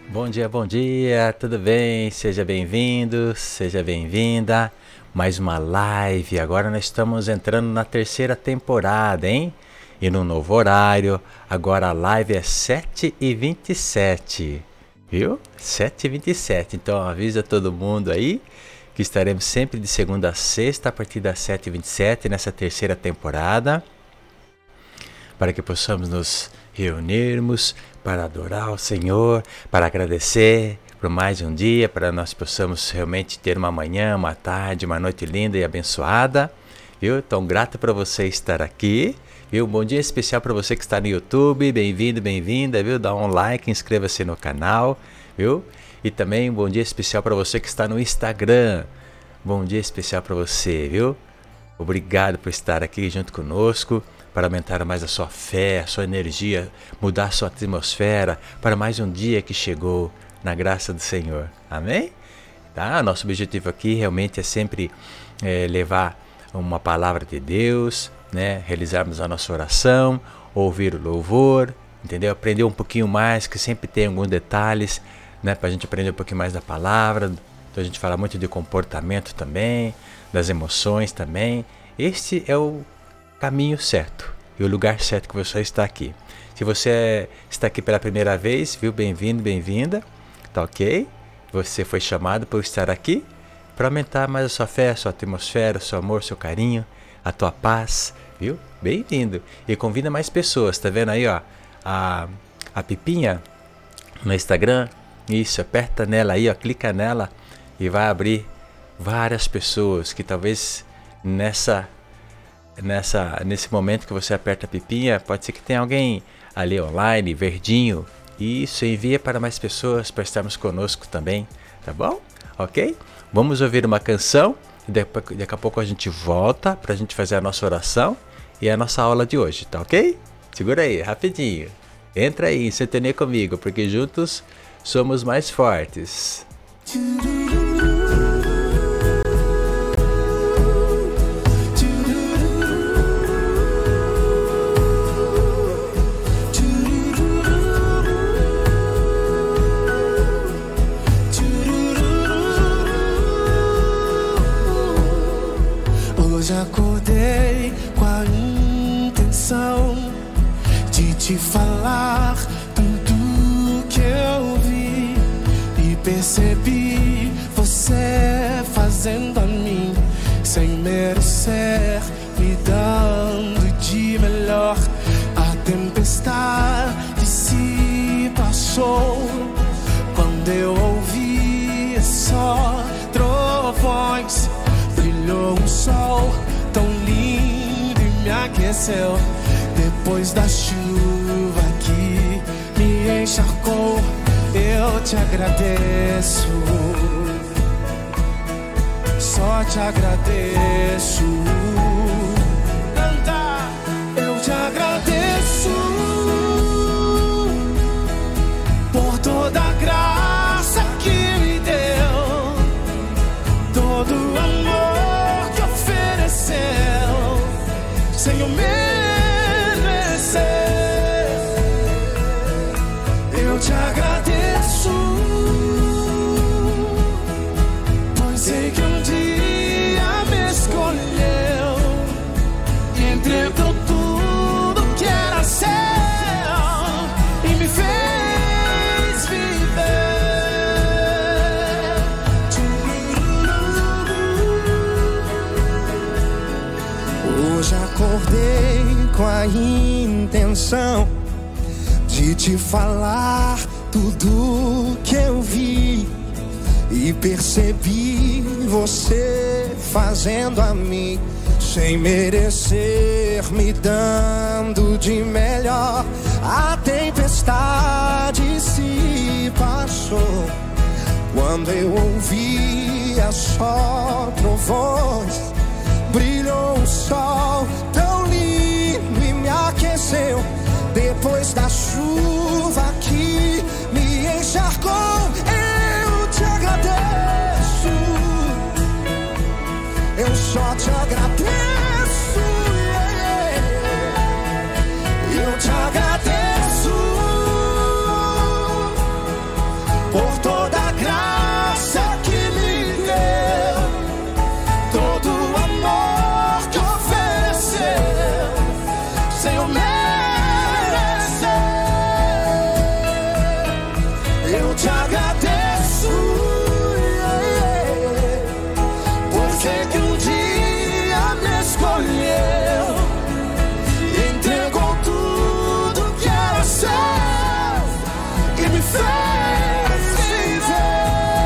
bom dia, tudo bem? Seja bem-vindo, seja bem-vinda. Mais uma live. Agora nós estamos entrando na terceira temporada, hein? E no novo horário. Agora a live é 7h27, viu? 7h27. Então avisa todo mundo aí que estaremos sempre de segunda a sexta a partir das 7h27 nessa terceira temporada, para que possamos nos reunirmos para adorar o Senhor, para agradecer por mais um dia, para nós possamos realmente ter uma manhã, uma tarde, uma noite linda e abençoada, viu? Então, grato para você estar aqui, viu? Bom dia especial para você que está no YouTube, bem-vindo, bem-vinda, viu? Dá um like, inscreva-se no canal, viu? E também um bom dia especial para você que está no Instagram, bom dia especial para você, viu? Obrigado por estar aqui junto conosco, para aumentar mais a sua fé, a sua energia, mudar a sua atmosfera para mais um dia que chegou na graça do Senhor. Amém? Tá? Nosso objetivo aqui realmente é sempre levar uma palavra de Deus, né? Realizarmos a nossa oração, ouvir o louvor, entendeu? Aprender um pouquinho mais, que sempre tem alguns detalhes, né? Para a gente aprender um pouquinho mais da palavra. Então a gente fala muito de comportamento também, das emoções também. Este é o caminho certo e o lugar certo que você está aqui. Se você está aqui pela primeira vez, viu? Bem-vindo, bem-vinda, tá ok? Você foi chamado por estar aqui para aumentar mais a sua fé, a sua atmosfera, o seu amor, o seu carinho, a tua paz, viu? Bem-vindo. E convida mais pessoas, tá vendo aí, ó? A pipinha no Instagram, isso, aperta nela aí, ó, clica nela e vai abrir várias pessoas que talvez nesse momento que você aperta a pipinha, pode ser que tenha alguém ali online, verdinho. Isso, envia para mais pessoas para estarmos conosco também, tá bom? Ok? Vamos ouvir uma canção e daqui a pouco a gente volta para a gente fazer a nossa oração e a nossa aula de hoje, tá ok? Segura aí, rapidinho. Entra aí, em sintonia comigo, porque juntos somos mais fortes. Hoje acordei com a intenção de te falar tudo que eu vi e percebi você fazendo a mim sem merecer, me dando de melhor. A tempestade se passou quando eu ouvi só trovões. Brilhou um sol tão lindo e me aqueceu. Depois da chuva que me encharcou, eu te agradeço, só te agradeço. Canta, eu te agradeço por toda a graça que me deu, todo o amor sem eu merecer. Eu te agradeço, pois sei que um dia me escolheu e entregou tudo que era seu e me fez viver. Hoje acordei com a intenção de te falar tudo que eu vi e percebi você fazendo a mim sem merecer, me dando de melhor. A tempestade se passou quando eu ouvia só trovões. Brilhou o sol tão lindo e me aqueceu. Depois da chuva que me encharcou, eu te agradeço, eu só te agradeço, eu te agradeço me fez viver.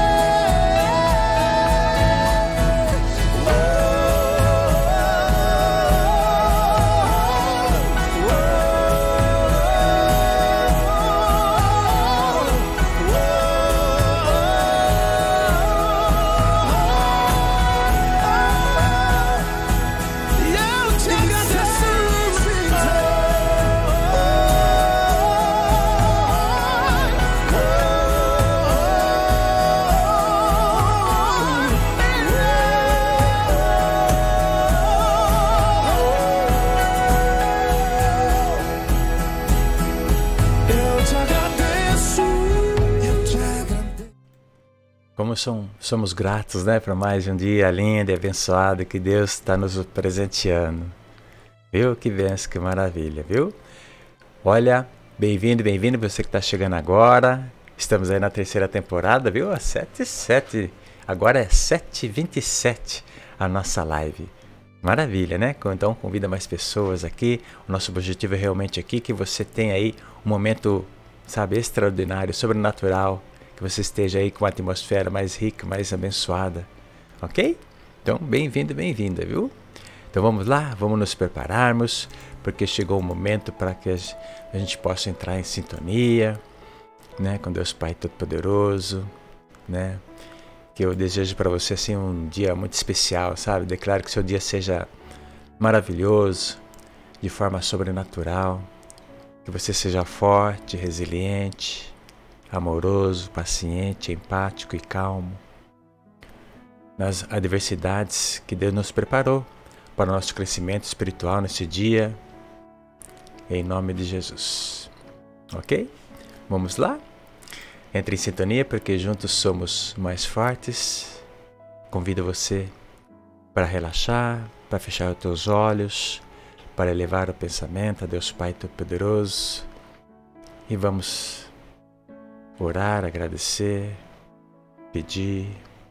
Como somos gratos, né, para mais um dia lindo e abençoado que Deus está nos presenteando. Viu? Que bênção, que maravilha, viu? Olha, bem-vindo, você que está chegando agora. Estamos aí na terceira temporada, viu? Às 7h07. Agora é 7h27 a nossa live. Maravilha, né? Então convida mais pessoas aqui. O nosso objetivo é realmente aqui que você tenha aí um momento, sabe, extraordinário, sobrenatural. Que você esteja aí com uma atmosfera mais rica, mais abençoada, ok? Então, bem-vindo, bem-vinda, viu? Então vamos lá, vamos nos prepararmos, porque chegou o momento para que a gente possa entrar em sintonia, né, com Deus Pai Todo-Poderoso, né? Que eu desejo para você assim um dia muito especial, sabe? Declaro que seu dia seja maravilhoso, de forma sobrenatural, que você seja forte, resiliente, amoroso, paciente, empático e calmo nas adversidades que Deus nos preparou para o nosso crescimento espiritual nesse dia, em nome de Jesus. Ok? Vamos lá? Entre em sintonia porque juntos somos mais fortes. Convido você para relaxar, para fechar os teus olhos, para elevar o pensamento a Deus Pai Todo-Poderoso e vamos orar, agradecer, pedir.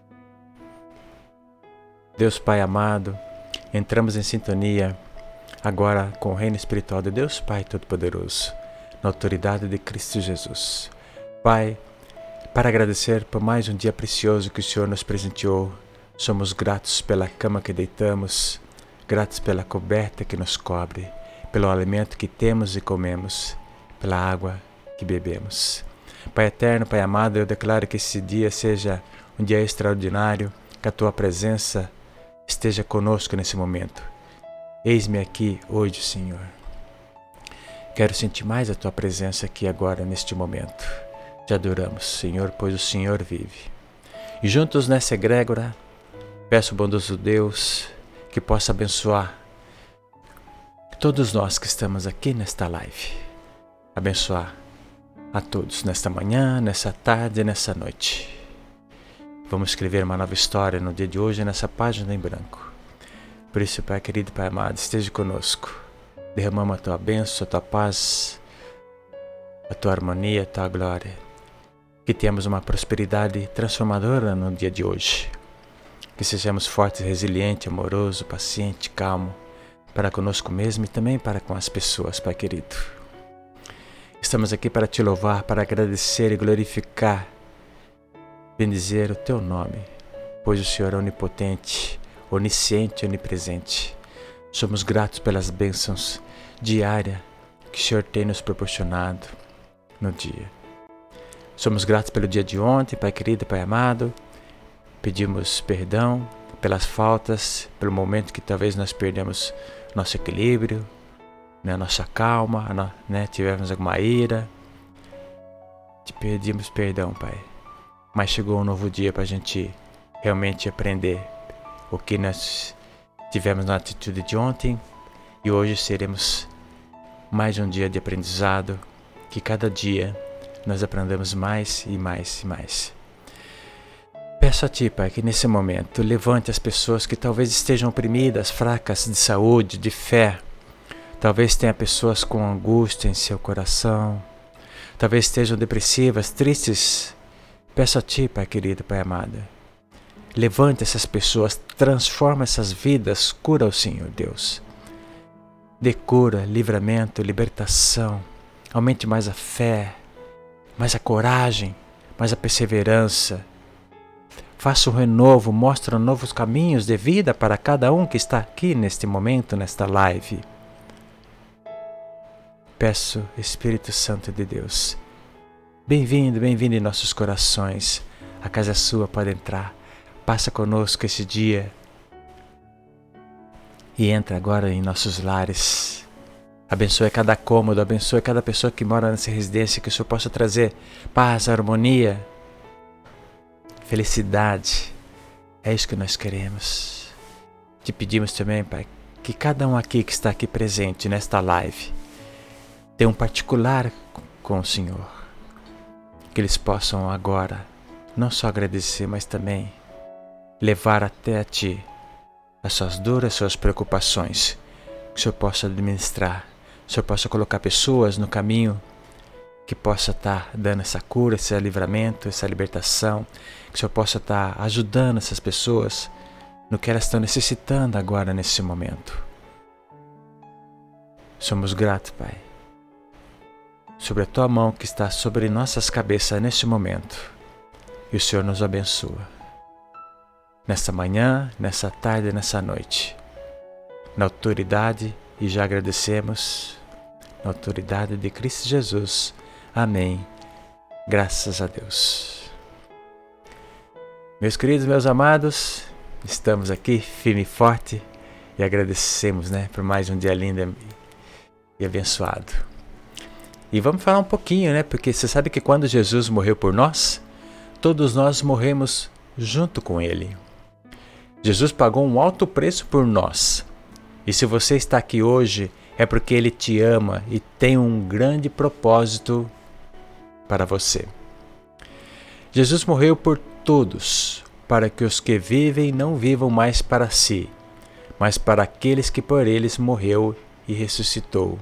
Deus Pai amado, entramos em sintonia agora com o reino espiritual de Deus Pai Todo-Poderoso, na autoridade de Cristo Jesus. Pai, para agradecer por mais um dia precioso que o Senhor nos presenteou, somos gratos pela cama que deitamos, gratos pela coberta que nos cobre, pelo alimento que temos e comemos, pela água que bebemos. Pai eterno, Pai amado, eu declaro que esse dia seja um dia extraordinário, que a Tua presença esteja conosco nesse momento. Eis-me aqui hoje, Senhor. Quero sentir mais a Tua presença aqui agora, neste momento. Te adoramos, Senhor, pois o Senhor vive. E juntos nessa egrégora, peço, bondoso Deus, que possa abençoar todos nós que estamos aqui nesta live. Abençoar a todos nesta manhã, nessa tarde e nessa noite. Vamos escrever uma nova história no dia de hoje nessa página em branco. Por isso, Pai querido, Pai amado, esteja conosco. Derramamos a Tua bênção, a Tua paz, a Tua harmonia, a Tua glória. Que tenhamos uma prosperidade transformadora no dia de hoje. Que sejamos fortes, resilientes, amorosos, pacientes, calmos, para conosco mesmo e também para com as pessoas, Pai querido. Estamos aqui para Te louvar, para agradecer e glorificar, bendizer o Teu nome, pois o Senhor é onipotente, onisciente e onipresente. Somos gratos pelas bênçãos diárias que o Senhor tem nos proporcionado no dia. Somos gratos pelo dia de ontem, Pai querido, Pai amado. Pedimos perdão pelas faltas, pelo momento que talvez nós perdemos nosso equilíbrio, né, nossa calma, né, tivemos alguma ira. Te pedimos perdão, Pai. Mas chegou um novo dia para a gente realmente aprender o que nós tivemos na atitude de ontem. E hoje seremos mais um dia de aprendizado, que cada dia nós aprendemos mais e mais e mais. Peço a Ti, Pai, que nesse momento levante as pessoas que talvez estejam oprimidas, fracas de saúde, de fé. Talvez tenha pessoas com angústia em seu coração. Talvez estejam depressivas, tristes. Peço a Ti, Pai querido, Pai amado. Levante essas pessoas, transforma essas vidas, cura o Senhor Deus. Dê cura, livramento, libertação. Aumente mais a fé. mais a coragem, mais a perseverança. Faça um renovo, mostra novos caminhos de vida para cada um que está aqui neste momento, nesta live. Peço, Espírito Santo de Deus, bem-vindo em nossos corações. A casa é sua, pode entrar. Passa conosco esse dia e entra agora em nossos lares. Abençoe cada cômodo, abençoe cada pessoa que mora nessa residência, que o Senhor possa trazer paz, harmonia, felicidade. É isso que nós queremos. Te pedimos também, Pai, que cada um aqui que está aqui presente nesta live tenha um particular com o Senhor. Que eles possam agora não só agradecer, mas também levar até a Ti as suas dores, as suas preocupações. Que o Senhor possa administrar, que o Senhor possa colocar pessoas no caminho que possa estar dando essa cura, esse livramento, essa libertação, que o Senhor possa estar ajudando essas pessoas no que elas estão necessitando agora nesse momento. Somos gratos, Pai, sobre a Tua mão que está sobre nossas cabeças neste momento, e o Senhor nos abençoa, nessa manhã, nessa tarde, nessa noite, na autoridade, e já agradecemos, na autoridade de Cristo Jesus. Amém. Graças a Deus. Meus queridos, meus amados, estamos aqui firme e forte e agradecemos, por mais um dia lindo e abençoado. E vamos falar um pouquinho, porque você sabe que quando Jesus morreu por nós, todos nós morremos junto com Ele. Jesus pagou um alto preço por nós. E se você está aqui hoje, é porque Ele te ama e tem um grande propósito para você. Jesus morreu por todos, para que os que vivem não vivam mais para si, mas para aqueles que por eles morreu e ressuscitou.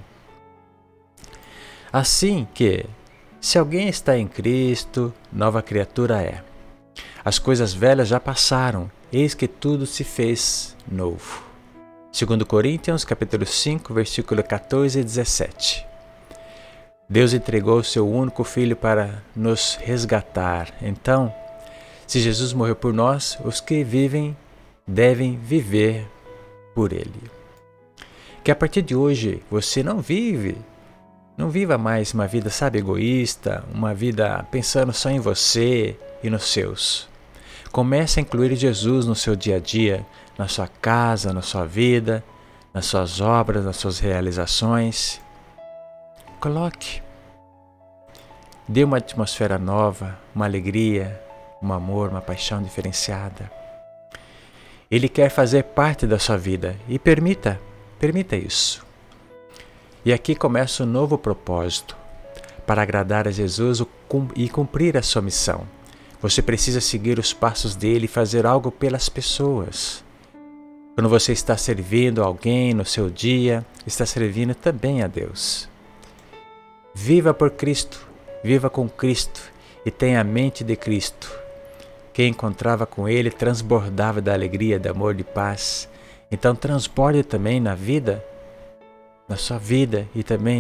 Assim que, se alguém está em Cristo, nova criatura é. As coisas velhas já passaram, eis que tudo se fez novo. 2 Coríntios, capítulo 5, versículo 14 e 17. Deus entregou o seu único Filho para nos resgatar. Então, se Jesus morreu por nós, os que vivem devem viver por Ele. Que a partir de hoje você não viva mais uma vida, egoísta, uma vida pensando só em você e nos seus. Comece a incluir Jesus no seu dia a dia, na sua casa, na sua vida, nas suas obras, nas suas realizações. Coloque. Dê uma atmosfera nova, uma alegria, um amor, uma paixão diferenciada. Ele quer fazer parte da sua vida e permita isso. E aqui começa um novo propósito, para agradar a Jesus e cumprir a sua missão. Você precisa seguir os passos dele e fazer algo pelas pessoas. Quando você está servindo alguém no seu dia, está servindo também a Deus. Viva por Cristo, viva com Cristo e tenha a mente de Cristo. Quem encontrava com Ele transbordava da alegria, de amor, de paz. Então transborde também na sua vida e também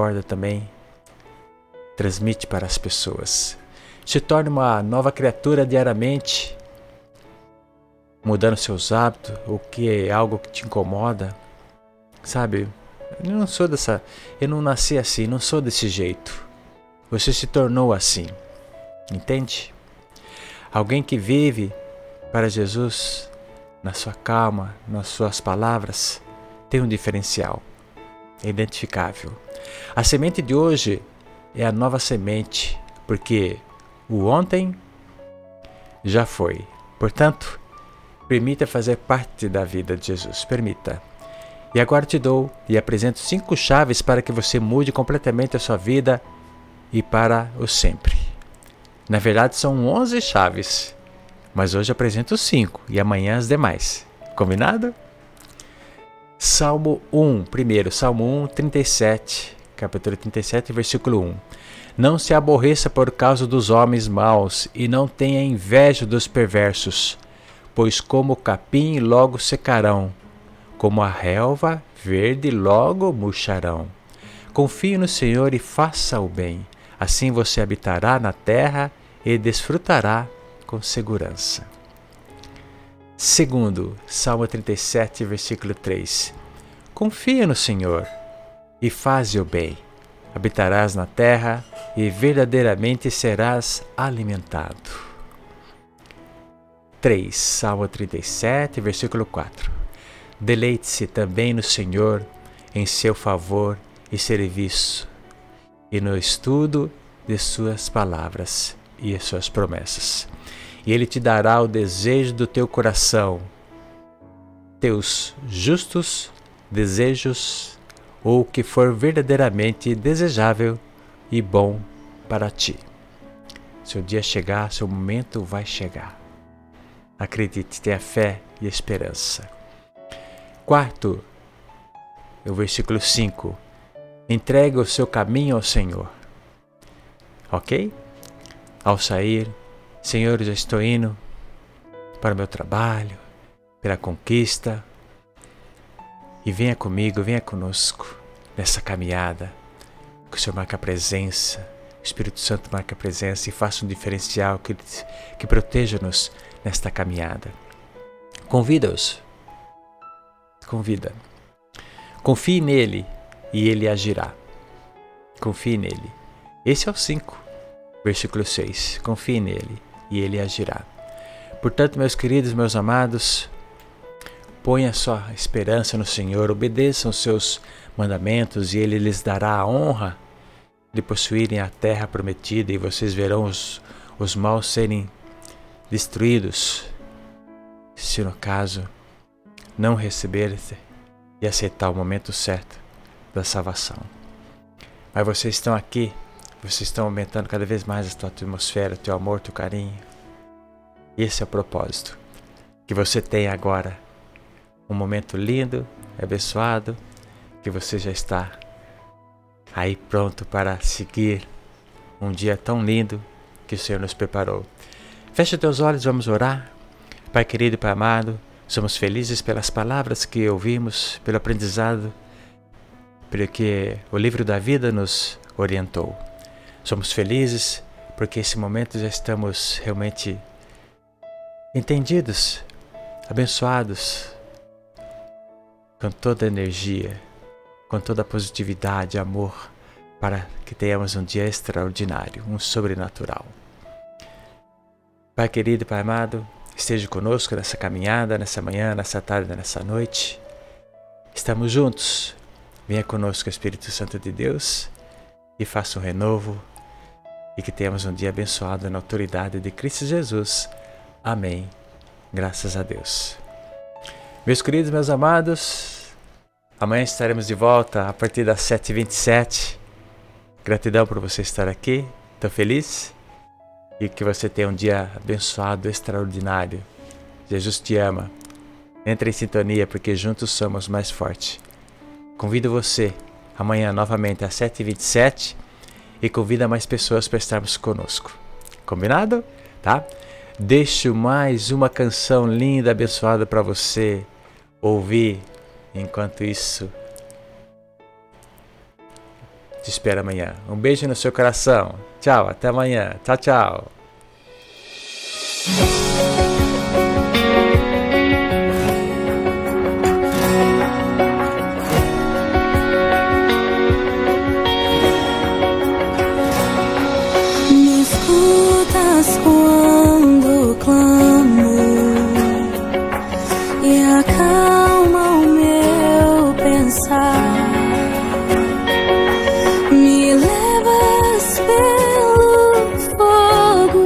transmite para as pessoas. Se torne uma nova criatura diariamente, mudando seus hábitos, o que é algo que te incomoda. Eu não nasci assim, não sou desse jeito. Você se tornou assim, entende? Alguém que vive para Jesus, na sua calma, nas suas palavras, tem um diferencial, é identificável. A semente de hoje é a nova semente, porque o ontem já foi. Portanto, permita fazer parte da vida de Jesus, permita. E agora te dou e apresento 5 chaves para que você mude completamente a sua vida e para o sempre. Na verdade são 11 chaves, mas hoje apresento 5 e amanhã as demais. Combinado? Salmo 1, primeiro, Salmo 1, 37, capítulo 37, versículo 1. Não se aborreça por causa dos homens maus e não tenha inveja dos perversos, pois como o capim logo secarão, como a relva verde logo murcharão. Confie no Senhor e faça o bem. Assim você habitará na terra e desfrutará com segurança. Segundo, Salmo 37, versículo 3. Confia no Senhor e faze o bem. Habitarás na terra e verdadeiramente serás alimentado. 3. Salmo 37, versículo 4. Deleite-se também no Senhor em seu favor e serviço, e no estudo de suas palavras e as suas promessas. E Ele te dará o desejo do teu coração, teus justos desejos, ou o que for verdadeiramente desejável e bom para ti. Seu dia chegar, seu momento vai chegar. Acredite, tenha fé e esperança. 4, o versículo 5. Entregue o seu caminho ao Senhor. Ok? Ao sair, Senhor, eu já estou indo para o meu trabalho, pela conquista. E venha comigo, venha conosco nessa caminhada. Que o Senhor marque a presença, o Espírito Santo marque a presença e faça um diferencial que proteja-nos nesta caminhada. Convida-os. Convida. Confie nele e ele agirá. Confie nele. Esse é o 5, versículo 6. Confie nele e ele agirá. Portanto, meus queridos, meus amados, ponha sua esperança no Senhor, obedeçam os seus mandamentos e Ele lhes dará a honra de possuírem a terra prometida, e vocês verão os maus serem destruídos, se no caso não receber e aceitar o momento certo da salvação. Mas vocês estão aqui, vocês estão aumentando cada vez mais a tua atmosfera, teu amor, teu carinho. Esse é o propósito, que você tenha agora um momento lindo, abençoado, que você já está aí pronto para seguir um dia tão lindo que o Senhor nos preparou. Feche os teus olhos, vamos orar. Pai querido e Pai amado, somos felizes pelas palavras que ouvimos, pelo aprendizado, pelo que o livro da vida nos orientou. Somos felizes porque esse momento já estamos realmente entendidos, abençoados, com toda a energia, com toda a positividade e amor, para que tenhamos um dia extraordinário, um sobrenatural. Pai querido e Pai amado, esteja conosco nessa caminhada, nessa manhã, nessa tarde, nessa noite. Estamos juntos. Venha conosco, Espírito Santo de Deus, e faça um renovo, e que tenhamos um dia abençoado na autoridade de Cristo Jesus. Amém. Graças a Deus. Meus queridos, meus amados, amanhã estaremos de volta a partir das 7h27. Gratidão por você estar aqui. Estou feliz. E que você tenha um dia abençoado, extraordinário. Jesus te ama. Entre em sintonia, porque juntos somos mais fortes. Convido você amanhã novamente às 7h27 e convido mais pessoas para estarmos conosco. Combinado? Tá? Deixo mais uma canção linda, abençoada para você ouvir. Enquanto isso, te espero amanhã. Um beijo no seu coração. Tchau, até amanhã. Tchau, tchau. Me escutas quando clamo e acalma o meu pensar. Me levas pelo fogo,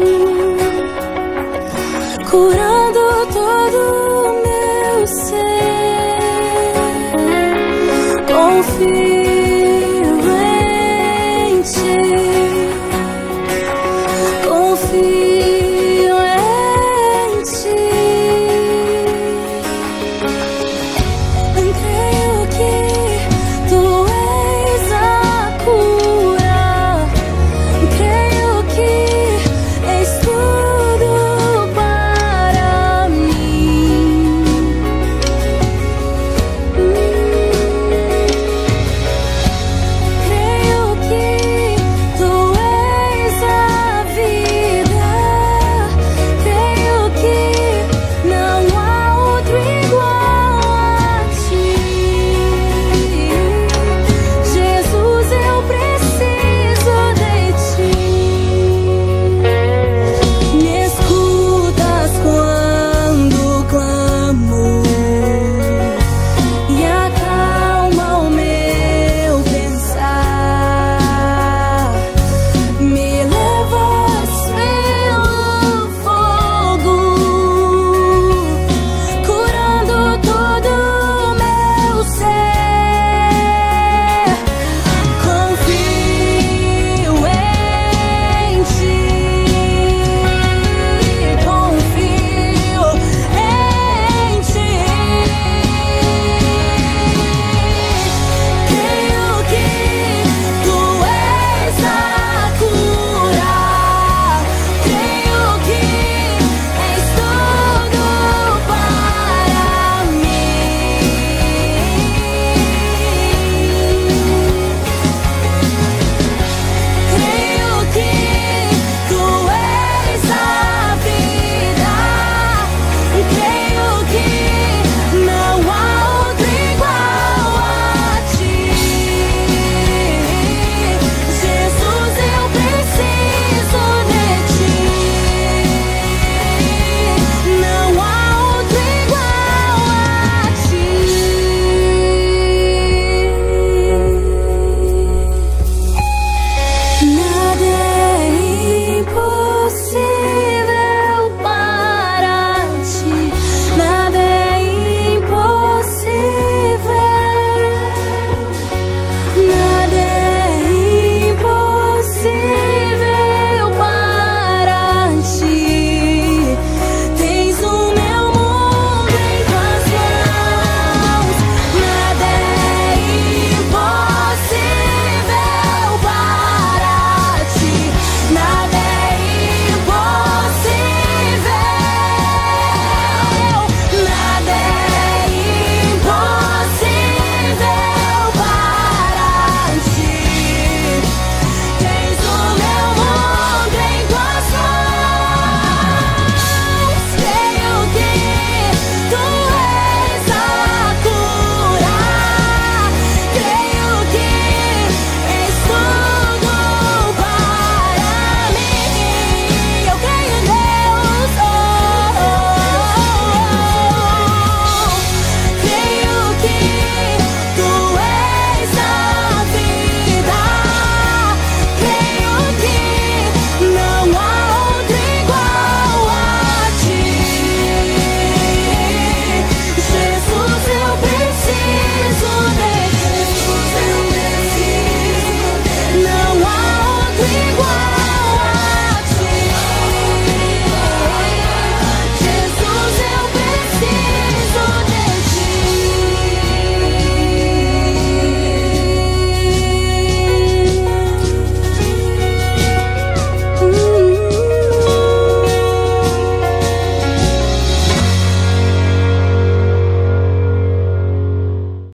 curando todo o meu ser. Confio em ti, confio.